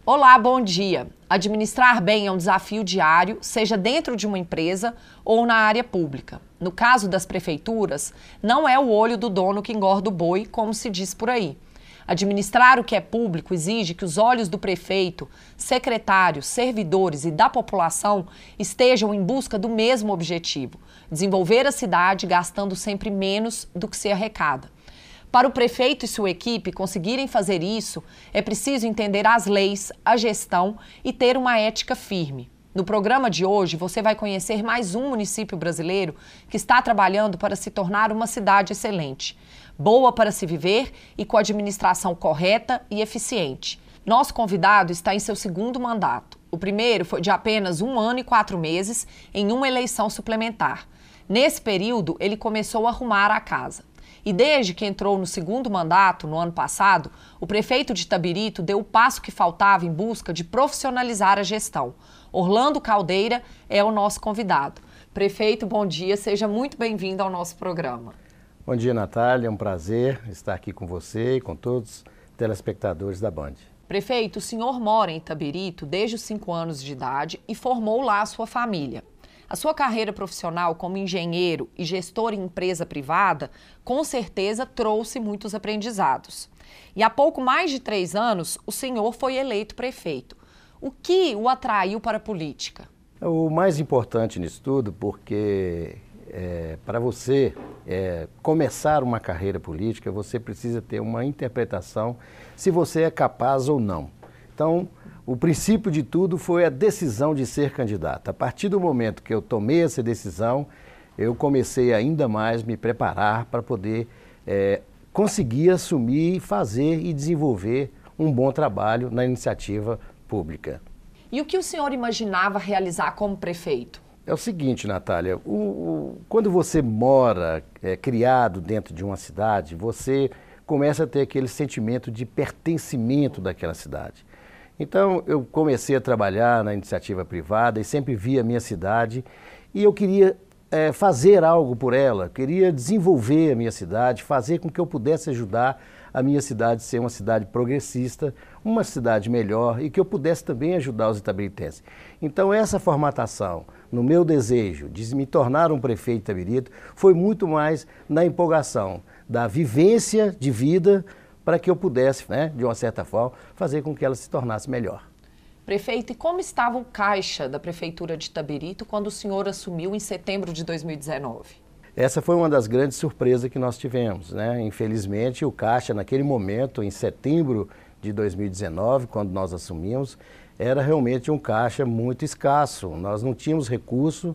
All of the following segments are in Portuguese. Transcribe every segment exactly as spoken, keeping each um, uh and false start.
Olá, bom dia. Administrar bem é um desafio diário, seja dentro de uma empresa ou na área pública. No caso das prefeituras, não é o olho do dono que engorda o boi, como se diz por aí. Administrar o que é público exige que os olhos do prefeito, secretários, servidores e da população estejam em busca do mesmo objetivo: desenvolver a cidade gastando sempre menos do que se arrecada. Para o prefeito e sua equipe conseguirem fazer isso, é preciso entender as leis, a gestão e ter uma ética firme. No programa de hoje, você vai conhecer mais um município brasileiro que está trabalhando para se tornar uma cidade excelente, boa para se viver e com administração correta e eficiente. Nosso convidado está em seu segundo mandato. O primeiro foi de apenas um ano e quatro meses, em uma eleição suplementar. Nesse período, ele começou a arrumar a casa. E desde que entrou no segundo mandato, no ano passado, o prefeito de Itabirito deu o passo que faltava em busca de profissionalizar a gestão. Orlando Caldeira é o nosso convidado. Prefeito, bom dia, seja muito bem-vindo ao nosso programa. Bom dia, Natália, é um prazer estar aqui com você e com todos os telespectadores da Band. Prefeito, o senhor mora em Itabirito desde os cinco anos de idade e formou lá a sua família. A sua carreira profissional como engenheiro e gestor em empresa privada, com certeza trouxe muitos aprendizados. E há pouco mais de três anos, o senhor foi eleito prefeito. O que o atraiu para a política? O mais importante nisso tudo, porque é, para você é, começar uma carreira política, você precisa ter uma interpretação se você é capaz ou não. Então, o princípio de tudo foi a decisão de ser candidato. A partir do momento que eu tomei essa decisão, eu comecei ainda mais me preparar para poder é, conseguir assumir, fazer e desenvolver um bom trabalho na iniciativa pública. E o que o senhor imaginava realizar como prefeito? É o seguinte, Natália, o, o, quando você mora, é, criado dentro de uma cidade, você começa a ter aquele sentimento de pertencimento daquela cidade. Então, eu comecei a trabalhar na iniciativa privada e sempre vi a minha cidade e eu queria é, fazer algo por ela, queria desenvolver a minha cidade, fazer com que eu pudesse ajudar a minha cidade a ser uma cidade progressista, uma cidade melhor e que eu pudesse também ajudar os itabiritenses. Então, essa formatação no meu desejo de me tornar um prefeito de Itabirito foi muito mais na empolgação da vivência de vida para que eu pudesse, né, de uma certa forma, fazer com que ela se tornasse melhor. Prefeito, e como estava o caixa da Prefeitura de Itabirito quando o senhor assumiu em setembro de dois mil e dezenove? Essa foi uma das grandes surpresas que nós tivemos, né? Infelizmente, o caixa, naquele momento, em setembro de dois mil e dezenove, quando nós assumimos, era realmente um caixa muito escasso. Nós não tínhamos recurso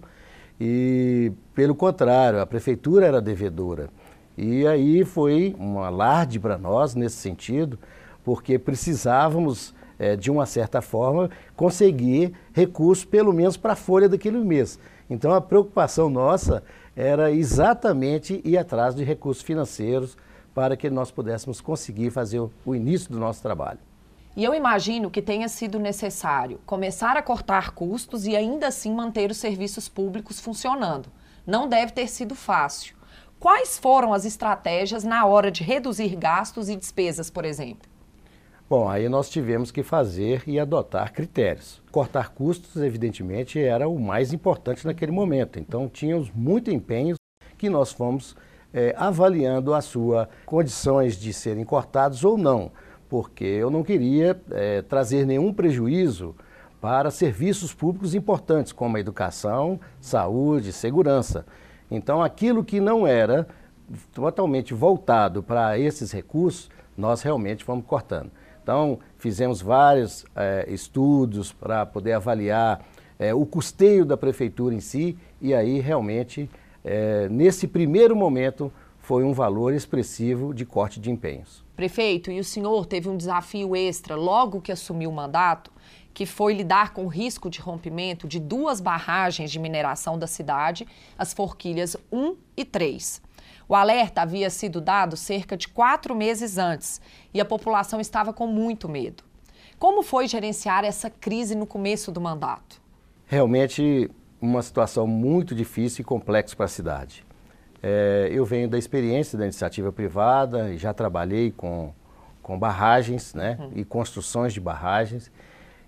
e, pelo contrário, a Prefeitura era devedora. E aí foi um alarde para nós nesse sentido, porque precisávamos, é, de uma certa forma, conseguir recursos pelo menos para a folha daquele mês. Então a preocupação nossa era exatamente ir atrás de recursos financeiros para que nós pudéssemos conseguir fazer o, o início do nosso trabalho. E eu imagino que tenha sido necessário começar a cortar custos e ainda assim manter os serviços públicos funcionando. Não deve ter sido fácil. Quais foram as estratégias na hora de reduzir gastos e despesas, por exemplo? Bom, aí nós tivemos que fazer e adotar critérios. Cortar custos, evidentemente, era o mais importante naquele momento. Então, tínhamos muito empenho que nós fomos é, avaliando as suas condições de serem cortados ou não, porque eu não queria é, trazer nenhum prejuízo para serviços públicos importantes, como a educação, saúde, segurança. Então, aquilo que não era totalmente voltado para esses recursos, nós realmente fomos cortando. Então, fizemos vários é, estudos para poder avaliar é, o custeio da prefeitura em si, e aí realmente, é, nesse primeiro momento, foi um valor expressivo de corte de empenhos. Prefeito, e o senhor teve um desafio extra logo que assumiu o mandato, que foi lidar com o risco de rompimento de duas barragens de mineração da cidade, as Forquilhas um e três. O alerta havia sido dado cerca de quatro meses antes e a população estava com muito medo. Como foi gerenciar essa crise no começo do mandato? Realmente uma situação muito difícil e complexa para a cidade. É, eu venho da experiência da iniciativa privada e já trabalhei com, com barragens, né, uhum. e construções de barragens.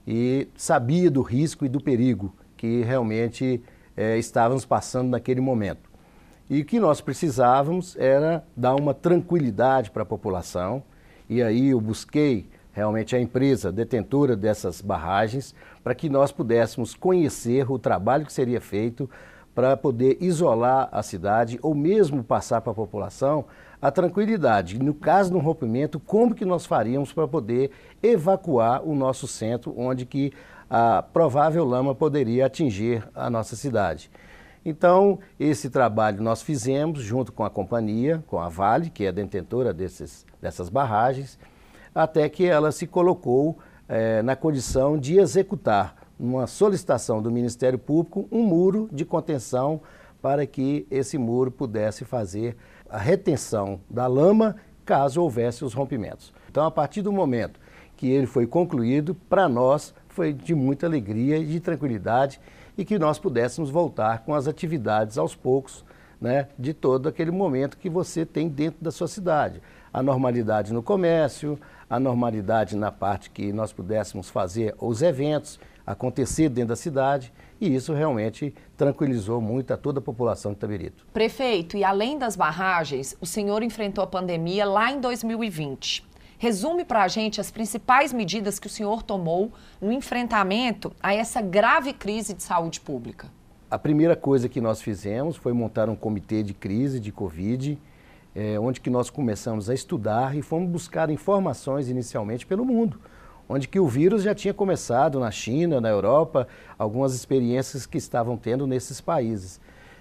e sabia do risco e do perigo que realmente é, estávamos passando naquele momento. E o que nós precisávamos era dar uma tranquilidade para a população, e aí eu busquei realmente a empresa detentora dessas barragens para que nós pudéssemos conhecer o trabalho que seria feito para poder isolar a cidade ou mesmo passar para a população a tranquilidade. No caso do rompimento, como que nós faríamos para poder evacuar o nosso centro, onde que a provável lama poderia atingir a nossa cidade. Então, esse trabalho nós fizemos junto com a companhia, com a Vale, que é a detentora desses, dessas barragens, até que ela se colocou eh, na condição de executar uma solicitação do Ministério Público, um muro de contenção para que esse muro pudesse fazer a retenção da lama caso houvesse os rompimentos. Então, a partir do momento que ele foi concluído, para nós foi de muita alegria e de tranquilidade e que nós pudéssemos voltar com as atividades aos poucos, né, de todo aquele momento que você tem dentro da sua cidade. A normalidade no comércio, a normalidade na parte que nós pudéssemos fazer os eventos, acontecer dentro da cidade, e isso realmente tranquilizou muito a toda a população de Itabirito. Prefeito, e além das barragens, o senhor enfrentou a pandemia lá em dois mil e vinte. Resume para a gente as principais medidas que o senhor tomou no enfrentamento a essa grave crise de saúde pública. A primeira coisa que nós fizemos foi montar um comitê de crise de Covid, é, onde que nós começamos a estudar e fomos buscar informações inicialmente pelo mundo, onde que o vírus já tinha começado na China, na Europa, algumas experiências que estavam tendo nesses países.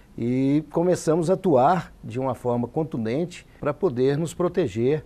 E começamos a atuar de uma forma contundente para poder nos proteger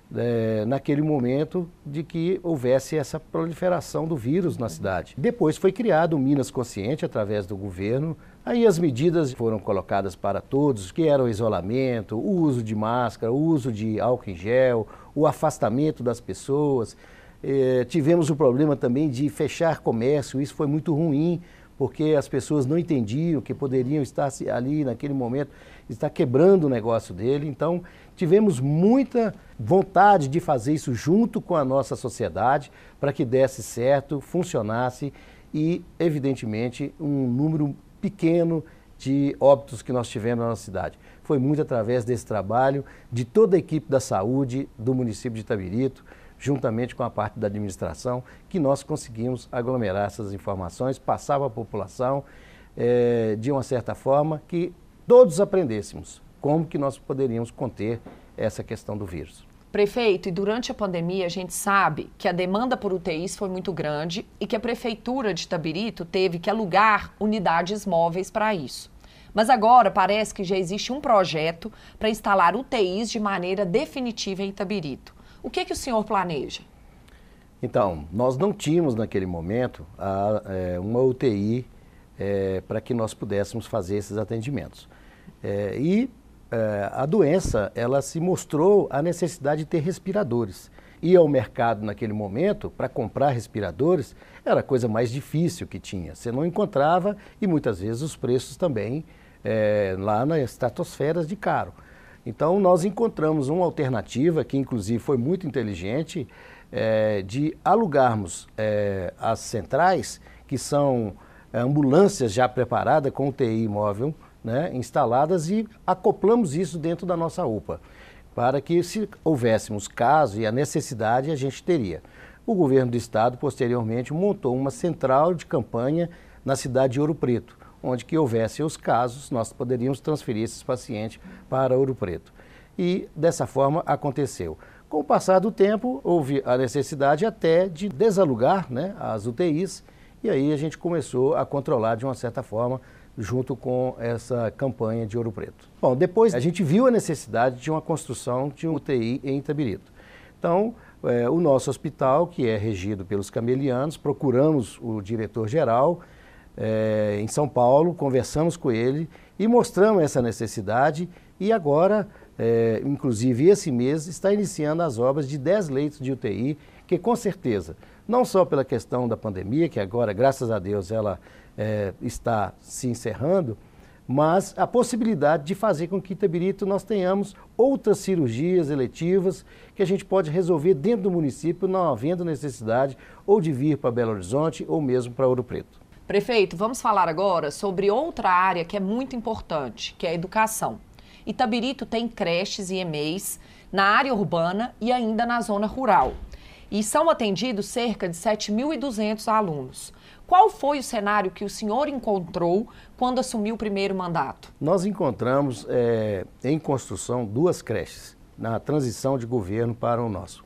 É, naquele momento de que houvesse essa proliferação do vírus na cidade. Depois foi criado o Minas Consciente através do governo, aí as medidas foram colocadas para todos, que era o isolamento, o uso de máscara, o uso de álcool em gel, o afastamento das pessoas. É, tivemos o problema também de fechar comércio, isso foi muito ruim, porque as pessoas não entendiam que poderiam estar ali naquele momento, estar quebrando o negócio dele. Então, tivemos muita vontade de fazer isso junto com a nossa sociedade para que desse certo, funcionasse e, evidentemente, um número pequeno de óbitos que nós tivemos na nossa cidade. Foi muito através desse trabalho de toda a equipe da saúde do município de Itabirito, juntamente com a parte da administração, que nós conseguimos aglomerar essas informações, passar para a população é, de uma certa forma que todos aprendêssemos como que nós poderíamos conter essa questão do vírus. Prefeito, e durante a pandemia a gente sabe que a demanda por U T Is foi muito grande e que a Prefeitura de Itabirito teve que alugar unidades móveis para isso. Mas agora parece que já existe um projeto para instalar U T Is de maneira definitiva em Itabirito. O que, que o senhor planeja? Então, nós não tínhamos naquele momento a, é, uma U T I é, para que nós pudéssemos fazer esses atendimentos. É, e é, a doença, ela se mostrou a necessidade de ter respiradores. Ir ao mercado naquele momento para comprar respiradores era a coisa mais difícil que tinha. Você não encontrava e muitas vezes os preços também é, lá nas estratosferas de caro. Então, nós encontramos uma alternativa, que inclusive foi muito inteligente, é, de alugarmos é, as centrais, que são ambulâncias já preparadas com U T I móvel, né, instaladas, e acoplamos isso dentro da nossa U P A, para que se houvéssemos caso e a necessidade, a gente teria. O governo do estado, posteriormente, montou uma central de campanha na cidade de Ouro Preto, onde que houvesse os casos, nós poderíamos transferir esses pacientes para Ouro Preto. E dessa forma aconteceu. Com o passar do tempo, houve a necessidade até de desalugar, né, as U T Is, e aí a gente começou a controlar de uma certa forma, junto com essa campanha de Ouro Preto. Bom, depois a gente viu a necessidade de uma construção de um U T I em Itabirito. Então, é, o nosso hospital, que é regido pelos camelianos, procuramos o diretor-geral, É, em São Paulo, conversamos com ele e mostramos essa necessidade e agora, é, inclusive esse mês, está iniciando as obras de dez leitos de U T I, que com certeza, não só pela questão da pandemia, que agora, graças a Deus, ela é, está se encerrando, mas a possibilidade de fazer com que em Itabirito nós tenhamos outras cirurgias eletivas que a gente pode resolver dentro do município, não havendo necessidade ou de vir para Belo Horizonte ou mesmo para Ouro Preto. Prefeito, vamos falar agora sobre outra área que é muito importante, que é a educação. Itabirito tem creches e E M E Is na área urbana e ainda na zona rural. E são atendidos cerca de sete mil e duzentos alunos. Qual foi o cenário que o senhor encontrou quando assumiu o primeiro mandato? Nós encontramos é, em construção duas creches na transição de governo para o nosso.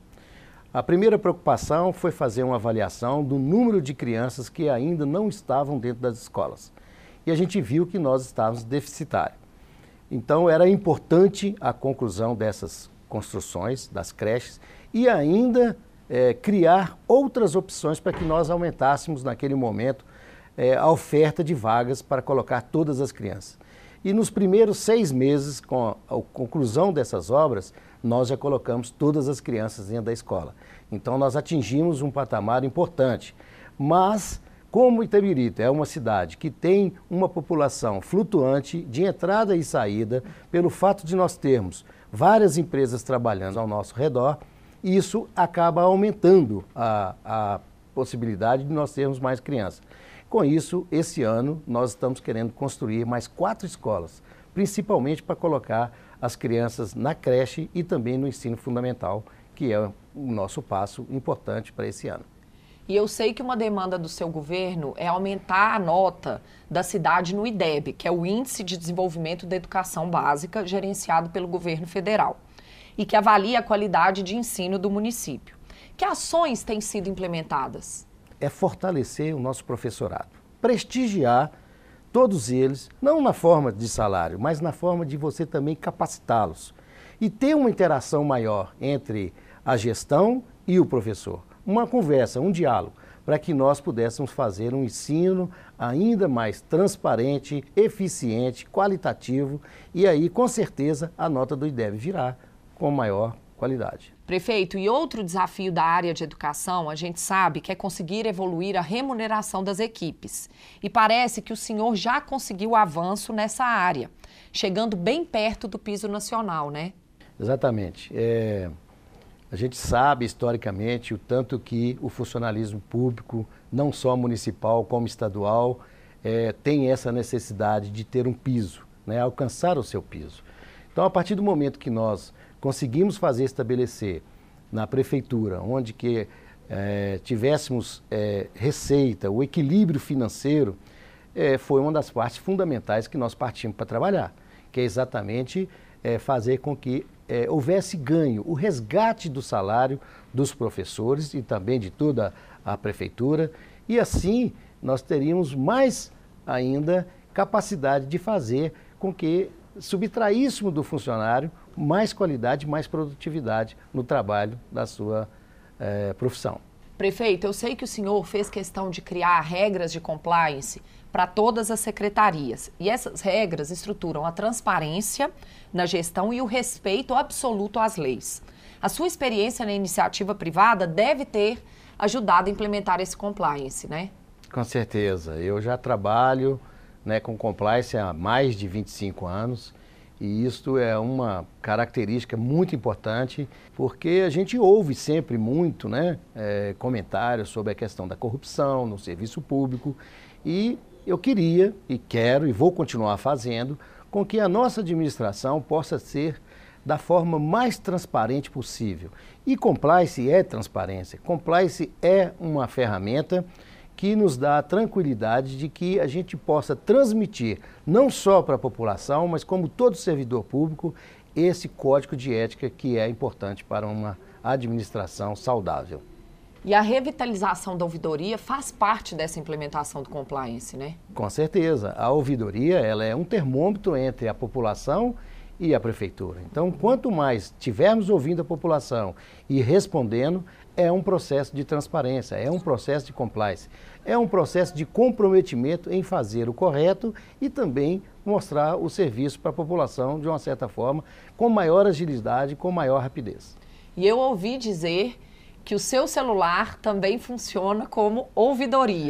A primeira preocupação foi fazer uma avaliação do número de crianças que ainda não estavam dentro das escolas. E a gente viu que nós estávamos deficitários. Então era importante a conclusão dessas construções, das creches, e ainda É, criar outras opções para que nós aumentássemos naquele momento é, a oferta de vagas para colocar todas as crianças. E nos primeiros seis meses, com a, a conclusão dessas obras, nós já colocamos todas as crianças dentro da escola. Então nós atingimos um patamar importante. Mas, como Itabirito é uma cidade que tem uma população flutuante de entrada e saída, pelo fato de nós termos várias empresas trabalhando ao nosso redor, isso acaba aumentando a, a possibilidade de nós termos mais crianças. Com isso, esse ano, nós estamos querendo construir mais quatro escolas, principalmente para colocar as crianças na creche e também no ensino fundamental, que é o nosso passo importante para esse ano. E eu sei que uma demanda do seu governo é aumentar a nota da cidade no I D E B, que é o Índice de Desenvolvimento da Educação Básica, gerenciado pelo governo federal, e que avalia a qualidade de ensino do município. Que ações têm sido implementadas? É fortalecer o nosso professorado, prestigiar todos eles, não na forma de salário, mas na forma de você também capacitá-los e ter uma interação maior entre a gestão e o professor. Uma conversa, um diálogo, para que nós pudéssemos fazer um ensino ainda mais transparente, eficiente, qualitativo, e aí, com certeza, a nota do I D E B virá com maior qualidade. Prefeito, e outro desafio da área de educação, a gente sabe que é conseguir evoluir a remuneração das equipes. E parece que o senhor já conseguiu avanço nessa área, chegando bem perto do piso nacional, né? Exatamente. É, a gente sabe historicamente o tanto que o funcionalismo público, não só municipal como estadual, é, tem essa necessidade de ter um piso, né, alcançar o seu piso. Então, a partir do momento que nós conseguimos fazer estabelecer na prefeitura, onde que é, tivéssemos é, receita, o equilíbrio financeiro, é, foi uma das partes fundamentais que nós partimos para trabalhar, que é exatamente é, fazer com que é, houvesse ganho, o resgate do salário dos professores e também de toda a prefeitura, e assim nós teríamos mais ainda capacidade de fazer com que subtraíssemos do funcionário mais qualidade, mais produtividade no trabalho da sua eh, profissão. Prefeito, eu sei que o senhor fez questão de criar regras de compliance para todas as secretarias. E essas regras estruturam a transparência na gestão e o respeito absoluto às leis. A sua experiência na iniciativa privada deve ter ajudado a implementar esse compliance, né? Com certeza. Eu já trabalho, né, com compliance há mais de vinte e cinco anos. E isto é uma característica muito importante, porque a gente ouve sempre muito, né, é, comentários sobre a questão da corrupção no serviço público, e eu queria, e quero, e vou continuar fazendo, com que a nossa administração possa ser da forma mais transparente possível. E compliance é transparência, compliance é uma ferramenta que nos dá a tranquilidade de que a gente possa transmitir, não só para a população, mas como todo servidor público, esse código de ética que é importante para uma administração saudável. E a revitalização da ouvidoria faz parte dessa implementação do compliance, né? Com certeza. A ouvidoria, ela é um termômetro entre a população e a prefeitura. Então, quanto mais tivermos ouvindo a população e respondendo, é um processo de transparência, é um processo de compliance, é um processo de comprometimento em fazer o correto e também mostrar o serviço para a população de uma certa forma, com maior agilidade, com maior rapidez. E eu ouvi dizer que o seu celular também funciona como ouvidoria.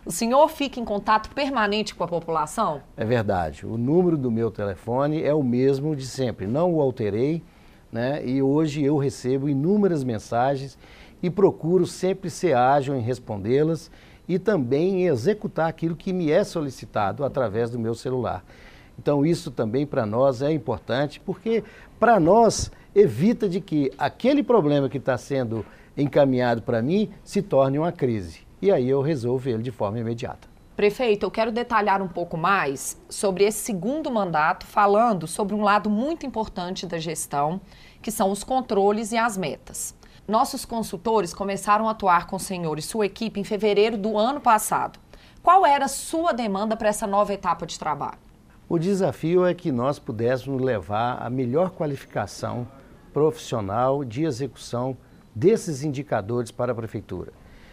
O senhor fica em contato permanente com a população? É verdade. O número do meu telefone é o mesmo de sempre. Não o alterei, né? E hoje eu recebo inúmeras mensagens e procuro sempre ser ágil em respondê-las e também em executar aquilo que me é solicitado através do meu celular. Então isso também para nós é importante, porque para nós evita de que aquele problema que está sendo encaminhado para mim se torne uma crise. E aí eu resolvo ele de forma imediata. Prefeito, eu quero detalhar um pouco mais sobre esse segundo mandato, falando sobre um lado muito importante da gestão, que são os controles e as metas. Nossos consultores começaram a atuar com o senhor e sua equipe em fevereiro do ano passado. Qual era a sua demanda para essa nova etapa de trabalho? O desafio é que nós pudéssemos levar a melhor qualificação profissional de execução desses indicadores para a Prefeitura.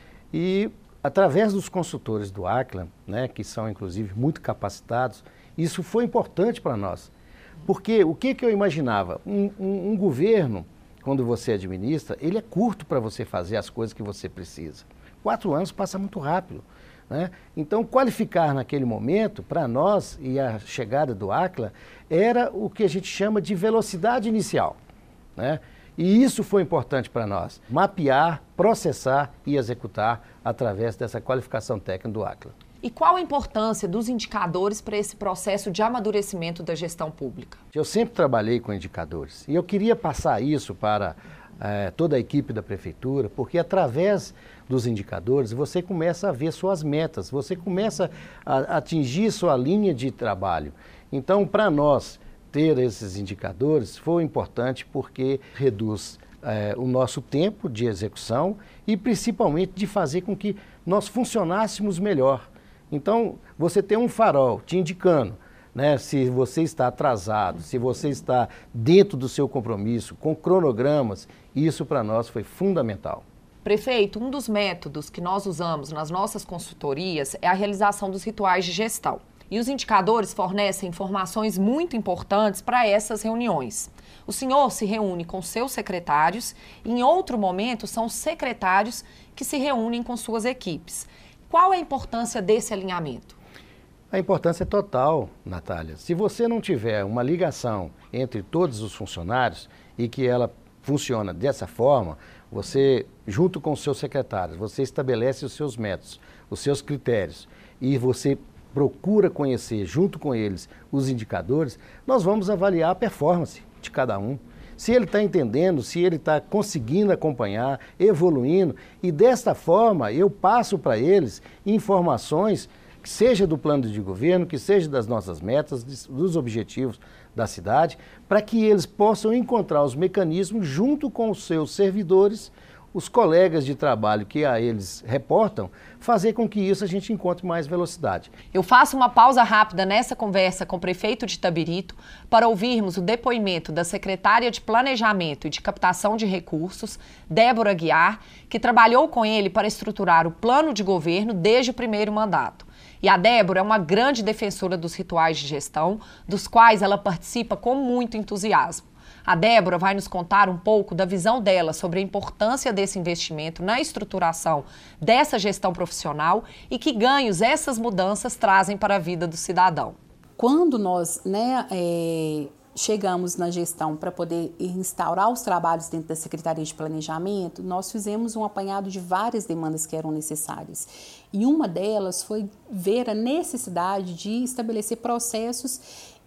E, através dos consultores do ACLA, né, que são inclusive muito capacitados, isso foi importante para nós. Porque o que, que eu imaginava? Um, um, um governo, quando você administra, ele é curto para você fazer as coisas que você precisa. Quatro anos passa muito rápido, né? Então, qualificar naquele momento, para nós, e a chegada do ACLA, era o que a gente chama de velocidade inicial, né? E isso foi importante para nós, mapear, processar e executar através dessa qualificação técnica do ACLA. E qual a importância dos indicadores para esse processo de amadurecimento da gestão pública? Eu sempre trabalhei com indicadores e eu queria passar isso para eh, toda a equipe da Prefeitura, porque através dos indicadores você começa a ver suas metas, você começa a atingir sua linha de trabalho. Então, para nós, ter esses indicadores foi importante porque reduz eh, o nosso tempo de execução e principalmente de fazer com que nós funcionássemos melhor. Então, você tem um farol te indicando, né, se você está atrasado, se você está dentro do seu compromisso, com cronogramas, isso para nós foi fundamental. Prefeito, um dos métodos que nós usamos nas nossas consultorias é a realização dos rituais de gestão. E os indicadores fornecem informações muito importantes para essas reuniões. O senhor se reúne com seus secretários e, em outro momento, são os secretários que se reúnem com suas equipes. Qual é a importância desse alinhamento? A importância é total, Natália. Se você não tiver uma ligação entre todos os funcionários e que ela funciona dessa forma, você, junto com os seus secretários, você estabelece os seus métodos, os seus critérios e você procura conhecer, junto com eles, os indicadores, nós vamos avaliar a performance de cada um. Se ele está entendendo, se ele está conseguindo acompanhar, evoluindo, e desta forma eu passo para eles informações, que seja do plano de governo, que seja das nossas metas, dos objetivos da cidade, para que eles possam encontrar os mecanismos junto com os seus servidores, os colegas de trabalho que a eles reportam, fazer com que isso a gente encontre mais velocidade. Eu faço uma pausa rápida nessa conversa com o prefeito de Itabirito para ouvirmos o depoimento da secretária de Planejamento e de Captação de Recursos, Débora Aguiar, que trabalhou com ele para estruturar o plano de governo desde o primeiro mandato. E a Débora é uma grande defensora dos rituais de gestão, dos quais ela participa com muito entusiasmo. A Débora vai nos contar um pouco da visão dela sobre a importância desse investimento na estruturação dessa gestão profissional e que ganhos essas mudanças trazem para a vida do cidadão. Quando nós né, é, chegamos na gestão para poder instaurar os trabalhos dentro da Secretaria de Planejamento, nós fizemos um apanhado de várias demandas que eram necessárias. E uma delas foi ver a necessidade de estabelecer processos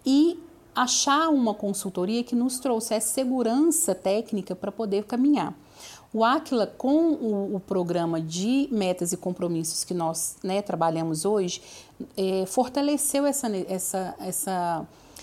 e achar uma consultoria que nos trouxesse segurança técnica para poder caminhar. O ACLA, com o, o programa de metas e compromissos que nós né, trabalhamos hoje, é, fortaleceu essa, essa, essa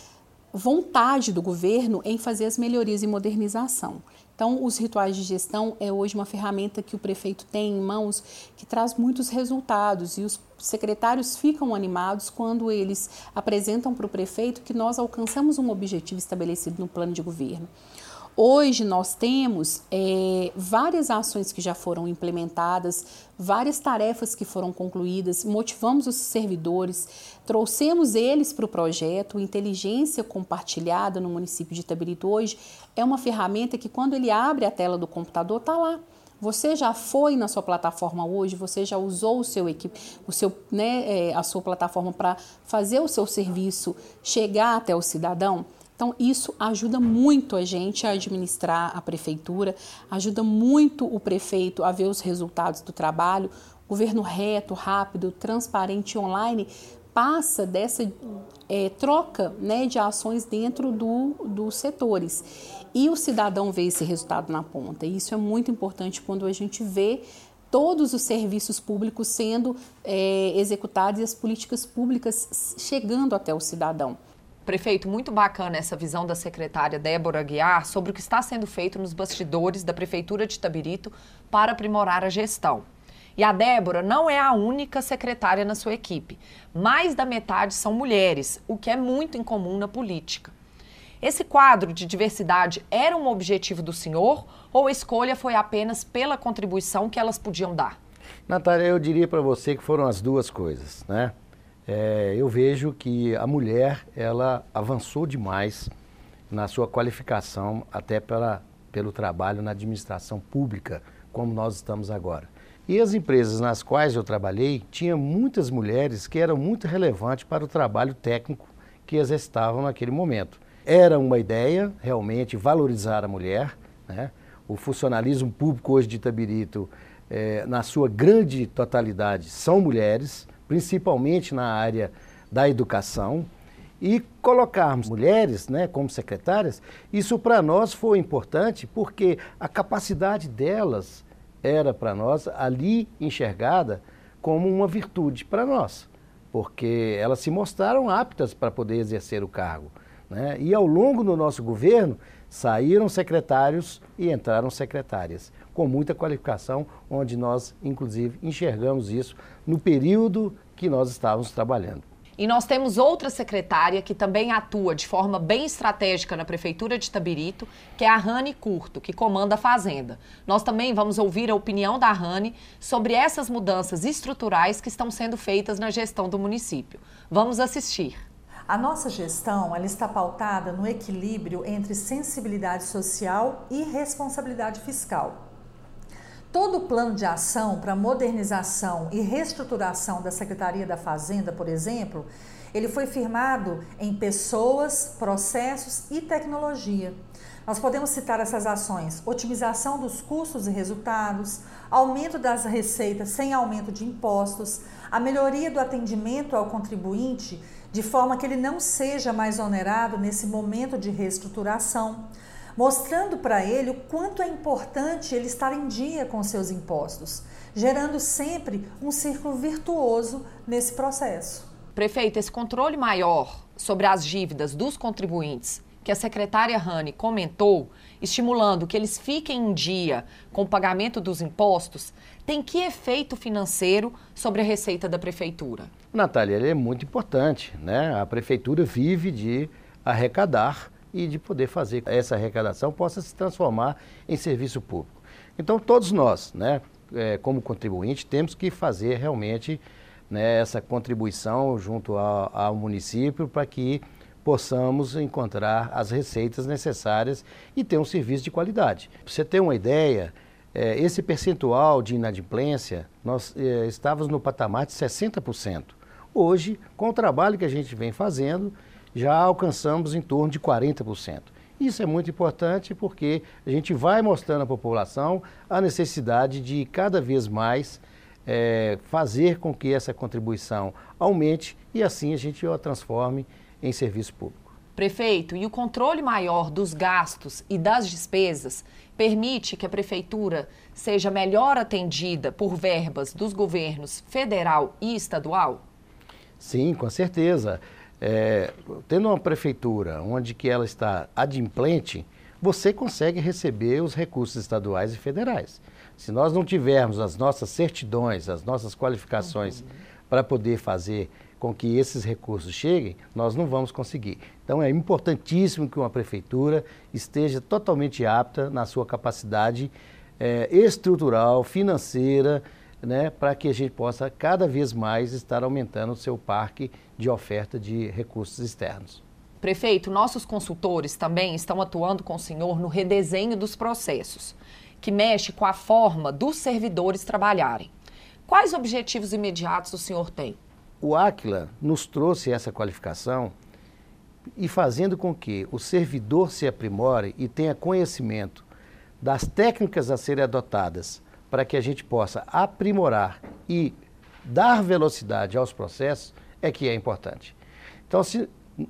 vontade do governo em fazer as melhorias e modernização. Então, os rituais de gestão é hoje uma ferramenta que o prefeito tem em mãos que traz muitos resultados e os secretários ficam animados quando eles apresentam para o prefeito que nós alcançamos um objetivo estabelecido no plano de governo. Hoje nós temos é, várias ações que já foram implementadas, várias tarefas que foram concluídas, motivamos os servidores, trouxemos eles para o projeto. Inteligência compartilhada no município de Itabirito hoje é uma ferramenta que quando ele abre a tela do computador está lá. Você já foi na sua plataforma hoje? Você já usou o seu equipe, o seu, né, é, a sua plataforma para fazer o seu serviço chegar até o cidadão? Então, isso ajuda muito a gente a administrar a prefeitura, ajuda muito o prefeito a ver os resultados do trabalho. Governo reto, rápido, transparente e online passa dessa é, troca, né, de ações dentro do, dos setores. E o cidadão vê esse resultado na ponta. E isso é muito importante quando a gente vê todos os serviços públicos sendo é, executados e as políticas públicas chegando até o cidadão. Prefeito, muito bacana essa visão da secretária Débora Aguiar sobre o que está sendo feito nos bastidores da Prefeitura de Itabirito para aprimorar a gestão. E a Débora não é a única secretária na sua equipe. Mais da metade são mulheres, o que é muito incomum na política. Esse quadro de diversidade era um objetivo do senhor ou a escolha foi apenas pela contribuição que elas podiam dar? Natália, eu diria para você que foram as duas coisas, né? É, eu vejo que a mulher, ela avançou demais na sua qualificação, até pela, pelo trabalho na administração pública, como nós estamos agora. E as empresas nas quais eu trabalhei, tinha muitas mulheres que eram muito relevantes para o trabalho técnico que exercitavam naquele momento. Era uma ideia, realmente, valorizar a mulher, né? O funcionalismo público hoje de Itabirito, é, na sua grande totalidade, são mulheres, principalmente na área da educação, e colocarmos mulheres, né, como secretárias, isso para nós foi importante porque a capacidade delas era para nós ali enxergada como uma virtude para nós, porque elas se mostraram aptas para poder exercer o cargo, né? E ao longo do nosso governo saíram secretários e entraram secretárias, com muita qualificação, onde nós, inclusive, enxergamos isso no período que nós estávamos trabalhando. E nós temos outra secretária que também atua de forma bem estratégica na Prefeitura de Itabirito, que é a Rani Curto, que comanda a Fazenda. Nós também vamos ouvir a opinião da Rani sobre essas mudanças estruturais que estão sendo feitas na gestão do município. Vamos assistir. A nossa gestão, ela está pautada no equilíbrio entre sensibilidade social e responsabilidade fiscal. Todo o plano de ação para modernização e reestruturação da Secretaria da Fazenda, por exemplo, ele foi firmado em pessoas, processos e tecnologia. Nós podemos citar essas ações: otimização dos custos e resultados, aumento das receitas sem aumento de impostos, a melhoria do atendimento ao contribuinte, de forma que ele não seja mais onerado nesse momento de reestruturação, mostrando para ele o quanto é importante ele estar em dia com seus impostos, gerando sempre um círculo virtuoso nesse processo. Prefeito, esse controle maior sobre as dívidas dos contribuintes que a secretária Rani comentou, estimulando que eles fiquem em dia com o pagamento dos impostos, tem que efeito financeiro sobre a receita da prefeitura? Natália, ele é muito importante, né? A prefeitura vive de arrecadar e de poder fazer que essa arrecadação possa se transformar em serviço público. Então, todos nós, né, é, como contribuinte, temos que fazer realmente, né, essa contribuição junto ao, ao município para que possamos encontrar as receitas necessárias e ter um serviço de qualidade. Para você ter uma ideia, é, esse percentual de inadimplência, nós é, estávamos no patamar de sessenta por cento. Hoje, com o trabalho que a gente vem fazendo, já alcançamos em torno de quarenta por cento. Isso é muito importante porque a gente vai mostrando à população a necessidade de cada vez mais é, fazer com que essa contribuição aumente e assim a gente a transforme em serviço público. Prefeito, e o controle maior dos gastos e das despesas permite que a prefeitura seja melhor atendida por verbas dos governos federal e estadual? Sim, com certeza. É, tendo uma prefeitura onde que ela está adimplente, você consegue receber os recursos estaduais e federais. Se nós não tivermos as nossas certidões, as nossas qualificações uhum. para poder fazer com que esses recursos cheguem, nós não vamos conseguir. Então é importantíssimo que uma prefeitura esteja totalmente apta na sua capacidade é, estrutural, financeira, né, para que a gente possa cada vez mais estar aumentando o seu parque de oferta de recursos externos. Prefeito, nossos consultores também estão atuando com o senhor no redesenho dos processos. que mexe com a forma dos servidores trabalharem. Quais objetivos imediatos o senhor tem? O Aquila nos trouxe essa qualificação e fazendo com que o servidor se aprimore e tenha conhecimento das técnicas a serem adotadas para que a gente possa aprimorar e dar velocidade aos processos é que é importante. Então, se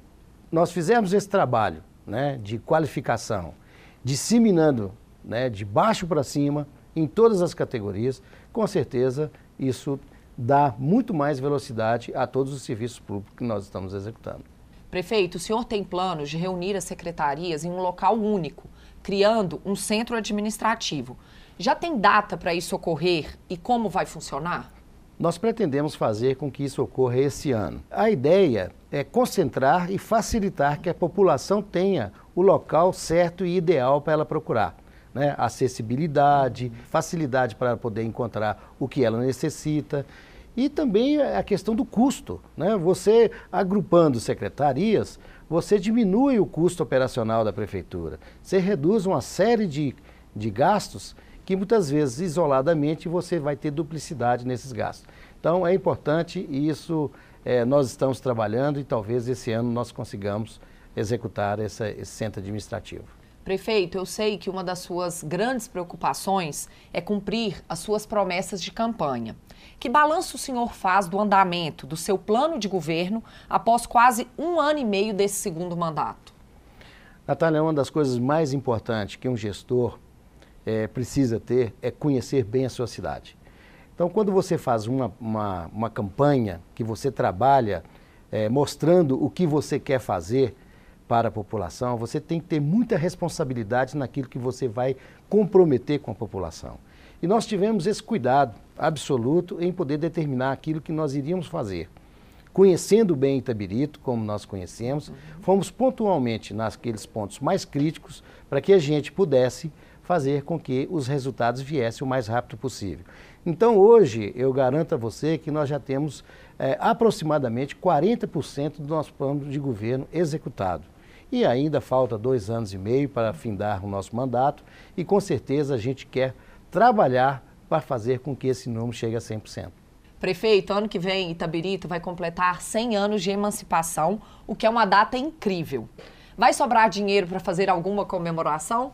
nós fizermos esse trabalho, né, de qualificação, disseminando, né, de baixo para cima, em todas as categorias, com certeza isso dá muito mais velocidade a todos os serviços públicos que nós estamos executando. Prefeito, o senhor tem planos de reunir as secretarias em um local único, criando um centro administrativo. Já tem data para isso ocorrer e como vai funcionar? Nós pretendemos fazer com que isso ocorra esse ano. A ideia é concentrar e facilitar que a população tenha o local certo e ideal para ela procurar, né? Acessibilidade, facilidade para poder encontrar o que ela necessita e também a questão do custo, né? Você agrupando secretarias, você diminui o custo operacional da prefeitura, você reduz uma série de, de gastos que muitas vezes, isoladamente, você vai ter duplicidade nesses gastos. Então, é importante e isso é, nós estamos trabalhando e talvez esse ano nós consigamos executar essa, esse centro administrativo. Prefeito, eu sei que uma das suas grandes preocupações é cumprir as suas promessas de campanha. Que balanço o senhor faz do andamento do seu plano de governo após quase um ano e meio desse segundo mandato? Natália, uma das coisas mais importantes que um gestor É, precisa ter é conhecer bem a sua cidade. Então, quando você faz uma, uma, uma campanha, que você trabalha é, mostrando o que você quer fazer para a população, você tem que ter muita responsabilidade naquilo que você vai comprometer com a população. E nós tivemos esse cuidado absoluto em poder determinar aquilo que nós iríamos fazer. Conhecendo bem Itabirito, como nós conhecemos, fomos pontualmente naqueles pontos mais críticos para que a gente pudesse fazer com que os resultados viessem o mais rápido possível. Então, hoje, eu garanto a você que nós já temos é, aproximadamente quarenta por cento do nosso plano de governo executado. E ainda falta dois anos e meio para findar o nosso mandato e, com certeza, a gente quer trabalhar para fazer com que esse número chegue a cem por cento. Prefeito, ano que vem, Itabirito vai completar cem anos de emancipação, o que é uma data incrível. Vai sobrar dinheiro para fazer alguma comemoração?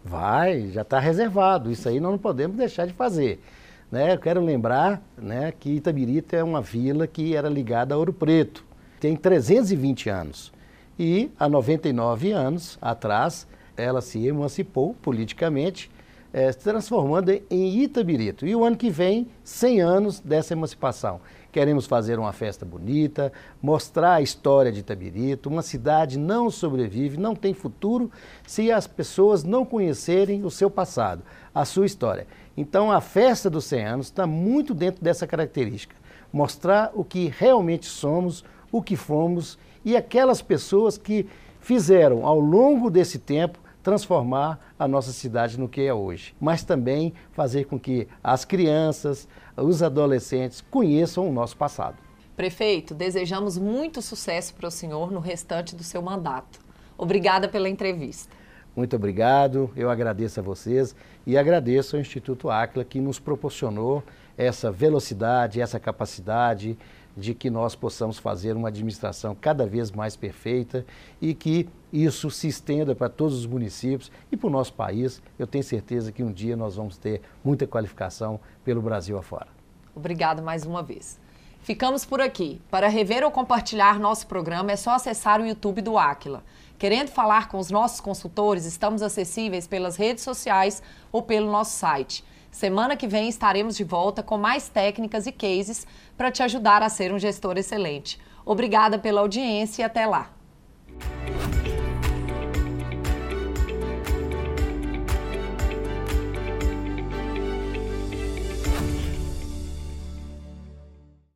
Vai, já está reservado, isso aí nós não podemos deixar de fazer. Né? Eu quero lembrar, né, que Itabirito é uma vila que era ligada a Ouro Preto, tem trezentos e vinte anos e há noventa e nove anos atrás ela se emancipou politicamente, é, se transformando em Itabirito. E o ano que vem, cem anos dessa emancipação. Queremos fazer uma festa bonita, mostrar a história de Itabirito. Uma cidade não sobrevive, não tem futuro se as pessoas não conhecerem o seu passado, a sua história. Então a festa dos cem anos está muito dentro dessa característica. Mostrar o que realmente somos, o que fomos e aquelas pessoas que fizeram ao longo desse tempo transformar a nossa cidade no que é hoje, mas também fazer com que as crianças, os adolescentes conheçam o nosso passado. Prefeito, desejamos muito sucesso para o senhor no restante do seu mandato. Obrigada pela entrevista. Muito obrigado, eu agradeço a vocês e agradeço ao Instituto Aquila que nos proporcionou essa velocidade, essa capacidade de que nós possamos fazer uma administração cada vez mais perfeita e que isso se estenda para todos os municípios e para o nosso país. Eu tenho certeza que um dia nós vamos ter muita qualificação pelo Brasil afora. Obrigada mais uma vez. Ficamos por aqui. Para rever ou compartilhar nosso programa é só acessar o YouTube do Aquila. Querendo falar com os nossos consultores, estamos acessíveis pelas redes sociais ou pelo nosso site. Semana que vem estaremos de volta com mais técnicas e cases para te ajudar a ser um gestor excelente. Obrigada pela audiência e até lá!